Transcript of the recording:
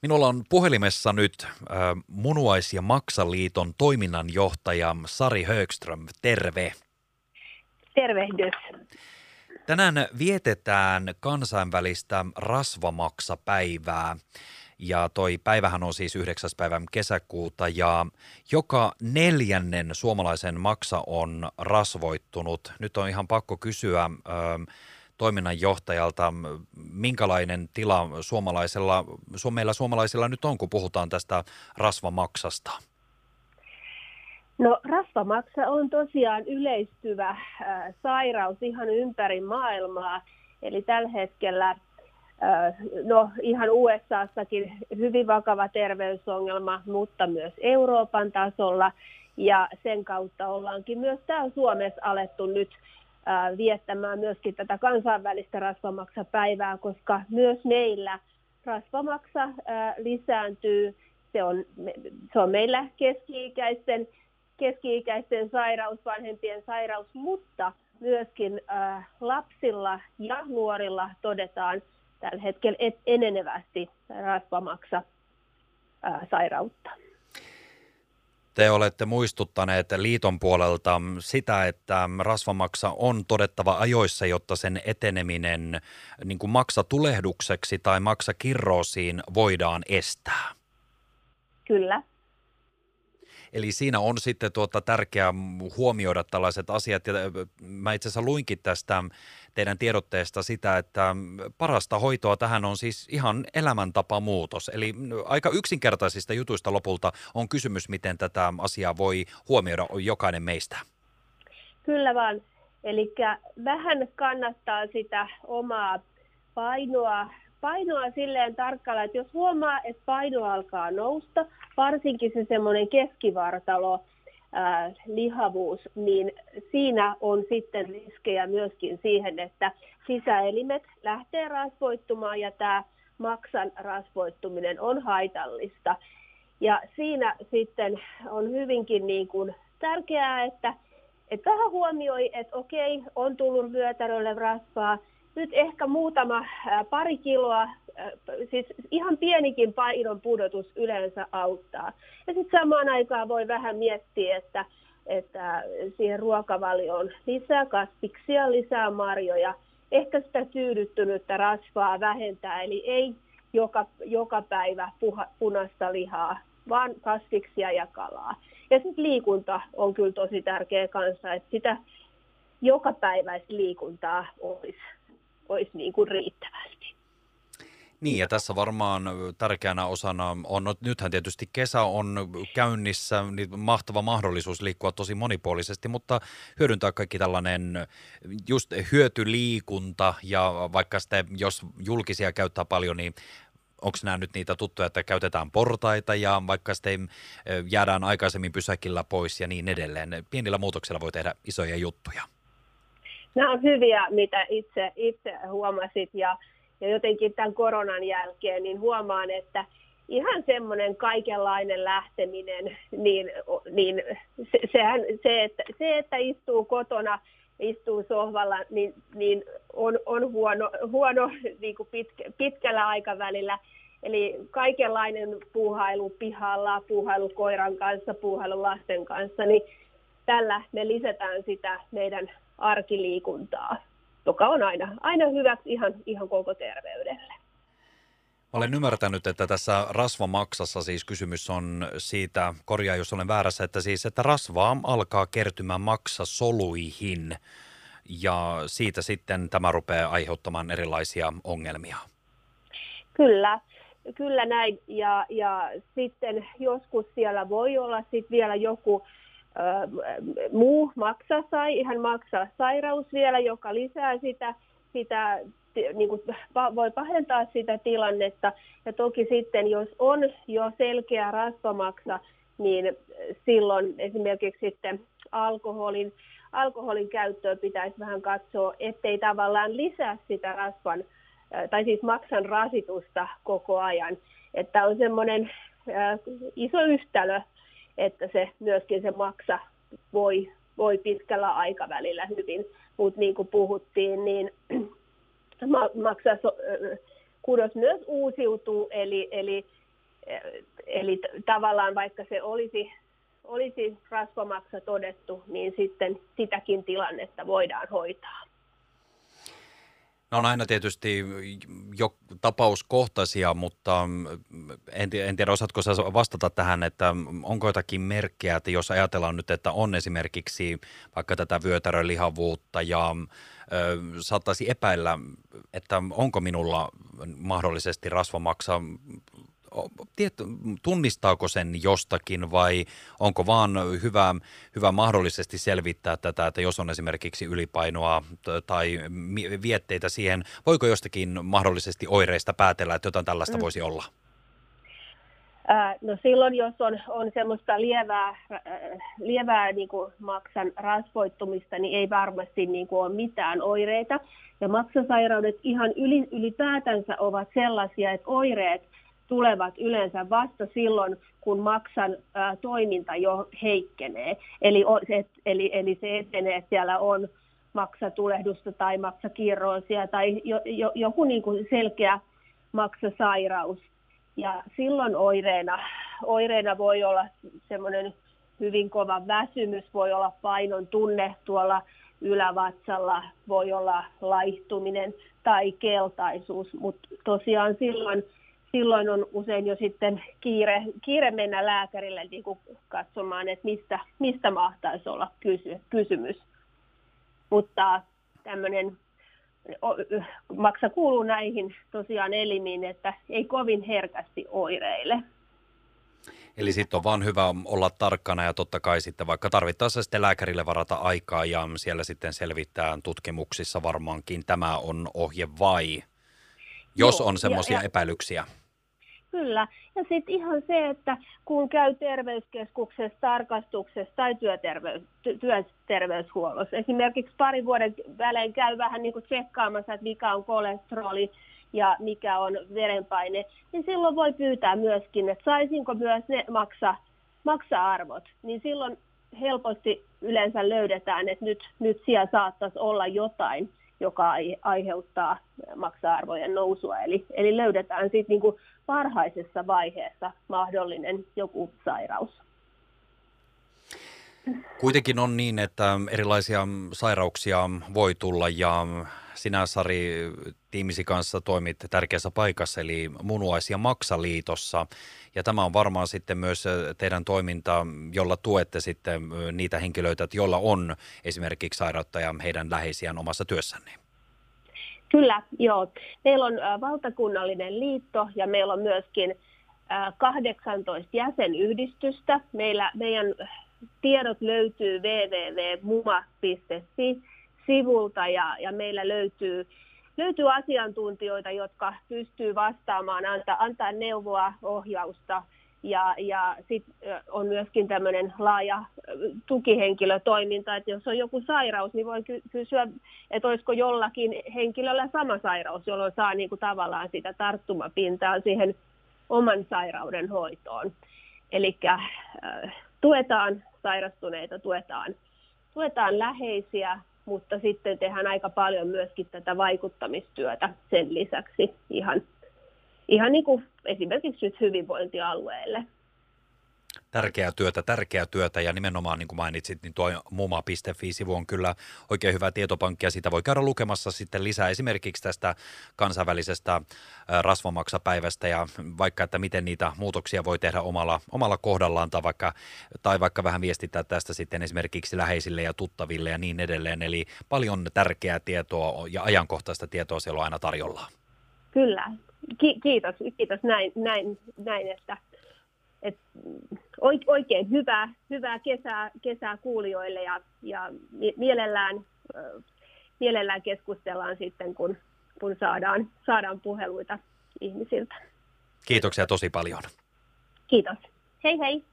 Minulla on puhelimessa nyt Munuais- ja Maksaliiton toiminnanjohtaja Sari Högström. Terve. Tervehdys. Tänään vietetään kansainvälistä rasvamaksapäivää. Ja toi päivähän on siis 9. päivän kesäkuuta ja joka 4. suomalaisen maksa on rasvoittunut. Nyt on ihan pakko kysyä toiminnanjohtajalta, minkälainen tila meillä suomalaisilla nyt on, kun puhutaan tästä rasvamaksasta? No, rasvamaksa on tosiaan yleistyvä sairaus ihan ympäri maailmaa. Eli tällä hetkellä ihan USAssakin hyvin vakava terveysongelma, mutta myös Euroopan tasolla. Ja sen kautta ollaankin myös täällä Suomessa alettu nyt viettämään myöskin tätä kansainvälistä rasvamaksapäivää, koska myös meillä rasvamaksa lisääntyy. Se on meillä keski-ikäisten sairaus, vanhempien sairaus, mutta myöskin lapsilla ja nuorilla todetaan tällä hetkellä enenevästi rasvamaksa sairautta. Te olette muistuttaneet liiton puolelta sitä, että rasvamaksa on todettava ajoissa, jotta sen eteneminen niin kuin maksatulehdukseksi tai maksakirroosiin voidaan estää. Kyllä. Eli siinä on sitten tärkeää huomioida tällaiset asiat. Ja mä itse asiassa luinkin tästä teidän tiedotteesta sitä, että parasta hoitoa tähän on siis ihan elämäntapamuutos. Eli aika yksinkertaisista jutuista lopulta on kysymys, miten tätä asiaa voi huomioida jokainen meistä. Kyllä vaan. Eli vähän kannattaa sitä omaa painoa silleen tarkkailla, että jos huomaa, että paino alkaa nousta, varsinkin se semmoinen keskivartalo lihavuus, niin siinä on sitten riskejä myöskin siihen, että sisäelimet lähtee rasvoittumaan ja tämä maksan rasvoittuminen on haitallista. Ja siinä sitten on hyvinkin niin kuin tärkeää, että vähän huomioi, että okei, on tullut vyötärölle rasvaa, nyt ehkä pari kiloa, siis ihan pienikin painon pudotus yleensä auttaa. Ja sitten samaan aikaan voi vähän miettiä, että siihen ruokavalioon lisää kasviksia, lisää marjoja, ehkä sitä tyydyttynyttä rasvaa vähentää, eli ei joka päivä punaista lihaa, vaan kasviksia ja kalaa. Ja sitten liikunta on kyllä tosi tärkeä kanssa, että sitä jokapäiväistä liikuntaa olisi niin kuin riittävästi. Niin, ja tässä varmaan tärkeänä osana on, nythän tietysti kesä on käynnissä, niin mahtava mahdollisuus liikkua tosi monipuolisesti, mutta hyödyntää kaikki tällainen just hyötyliikunta, ja vaikka sitten, jos julkisia käyttää paljon, niin onko nämä nyt niitä tuttuja, että käytetään portaita ja vaikka sitten jäädään aikaisemmin pysäkillä pois ja niin edelleen. Pienillä muutoksilla voi tehdä isoja juttuja. Nämä on hyviä, mitä itse huomasit ja jotenkin tämän koronan jälkeen niin huomaan, että ihan semmoinen kaikenlainen lähteminen, se, että istuu kotona, istuu sohvalla, niin on huono niin kuin pitkällä aikavälillä. Eli kaikenlainen puuhailu pihalla, puuhailu koiran kanssa, puuhailu lasten kanssa, niin tällä me lisätään sitä meidän arkiliikuntaa, joka on aina hyväksi ihan koko terveydelle. Olen ymmärtänyt, että tässä rasvamaksassa siis kysymys on siitä, korjaa jos olen väärässä, että rasvaa alkaa kertymään maksasoluihin ja siitä sitten tämä rupeaa aiheuttamaan erilaisia ongelmia. Kyllä näin ja sitten joskus siellä voi olla sitten vielä joku muu maksasairaus vielä, joka lisää sitä niin kuin voi pahentaa sitä tilannetta. Ja toki sitten, jos on jo selkeä rasvamaksa, niin silloin esimerkiksi sitten alkoholin käyttöä pitäisi vähän katsoa, ettei tavallaan lisää sitä maksan rasitusta koko ajan. Että on semmoinen iso yhtälö, että myöskin se maksa voi pitkällä aikavälillä hyvin. Mutta niin kuin puhuttiin, niin maksakudos myös uusiutuu, eli Eli tavallaan vaikka se olisi rasvamaksa todettu, niin sitten sitäkin tilannetta voidaan hoitaa. No on aina tietysti jo tapauskohtaisia, mutta en tiedä, osaatko sä vastata tähän, että onko jotakin merkkiä, että jos ajatellaan nyt, että on esimerkiksi vaikka tätä vyötärölihavuutta ja saattaisi epäillä, että onko minulla mahdollisesti rasvamaksa, tunnistaako sen jostakin vai onko vaan hyvä mahdollisesti selvittää tätä, että jos on esimerkiksi ylipainoa tai vietteitä siihen, voiko jostakin mahdollisesti oireista päätellä, että jotain tällaista voisi olla? No silloin, jos on semmoista lievää niin kuin maksan rasvoittumista, niin ei varmasti niin kuin ole mitään oireita. Ja maksasairaudet ihan ylipäätänsä ovat sellaisia, että oireet tulevat yleensä vasta silloin, kun maksan toiminta jo heikkenee. Eli se etenee, että siellä on maksatulehdusta tai maksakirroosia tai joku niin kuin selkeä maksasairaus. Ja silloin oireena voi olla semmoinen hyvin kova väsymys, voi olla painon tunne tuolla ylävatsalla, voi olla laihtuminen tai keltaisuus, mutta tosiaan silloin on usein jo sitten kiire mennä lääkärille niin kuin katsomaan, että mistä mahtaisi olla kysymys. Mutta tämmöinen maksa kuuluu näihin tosiaan elimiin, että ei kovin herkästi oireille. Eli sitten on vaan hyvä olla tarkkana ja totta kai sitten vaikka tarvittaessa sitten lääkärille varata aikaa ja siellä sitten selvittää tutkimuksissa varmaankin tämä on ohje vai, jos on semmoisia epäilyksiä. Kyllä. Ja sitten ihan se, että kun käy terveyskeskuksessa tarkastuksessa tai työterveyshuollossa, esimerkiksi 2 vuoden välein käy vähän niin kuin tsekkaamassa, että mikä on kolesteroli ja mikä on verenpaine, niin silloin voi pyytää myöskin, että saisinko myös ne maksa-arvot. Niin silloin helposti yleensä löydetään, että nyt siellä saattaisi olla jotain, joka aiheuttaa maksa-arvojen nousua. Eli löydetään sitten niinku varhaisessa vaiheessa mahdollinen joku sairaus. Kuitenkin on niin, että erilaisia sairauksia voi tulla ja sinä, Sari, tiimisi kanssa toimit tärkeässä paikassa eli Munuais- ja Maksaliitossa. Ja tämä on varmaan sitten myös teidän toiminta, jolla tuette sitten niitä henkilöitä, joilla on esimerkiksi sairautta ja heidän läheisiään omassa työssänne. Kyllä, joo. Meillä on valtakunnallinen liitto ja meillä on myöskin 18 jäsenyhdistystä. Meidän tiedot löytyy www.muma.fi-sivulta ja meillä löytyy asiantuntijoita, jotka pystyy vastaamaan, antaa neuvoa, ohjausta ja sitten on myöskin tämmöinen laaja tukihenkilötoiminta, että jos on joku sairaus, niin voi kysyä, että olisiko jollakin henkilöllä sama sairaus, jolloin saa niin kuin tavallaan sitä tarttumapintaa siihen oman sairauden hoitoon. Eli tuetaan sairastuneita, tuetaan läheisiä, mutta sitten tehdään aika paljon myöskin tätä vaikuttamistyötä sen lisäksi ihan niin kuin esimerkiksi nyt hyvinvointialueelle. Tärkeää työtä ja nimenomaan niin kuin mainitsit, niin tuo muma.fi-sivu on kyllä oikein hyvä tietopankki ja sitä voi käydä lukemassa sitten lisää esimerkiksi tästä kansainvälisestä rasvamaksapäivästä ja vaikka, että miten niitä muutoksia voi tehdä omalla kohdallaan tai vaikka vähän viestittää tästä sitten esimerkiksi läheisille ja tuttaville ja niin edelleen. Eli paljon tärkeää tietoa ja ajankohtaista tietoa siellä on aina tarjolla. Kyllä. Kiitos näin että oikein hyvää kesää kuulijoille ja mielellään keskustellaan sitten, kun saadaan puheluita ihmisiltä. Kiitoksia tosi paljon. Kiitos. Hei hei.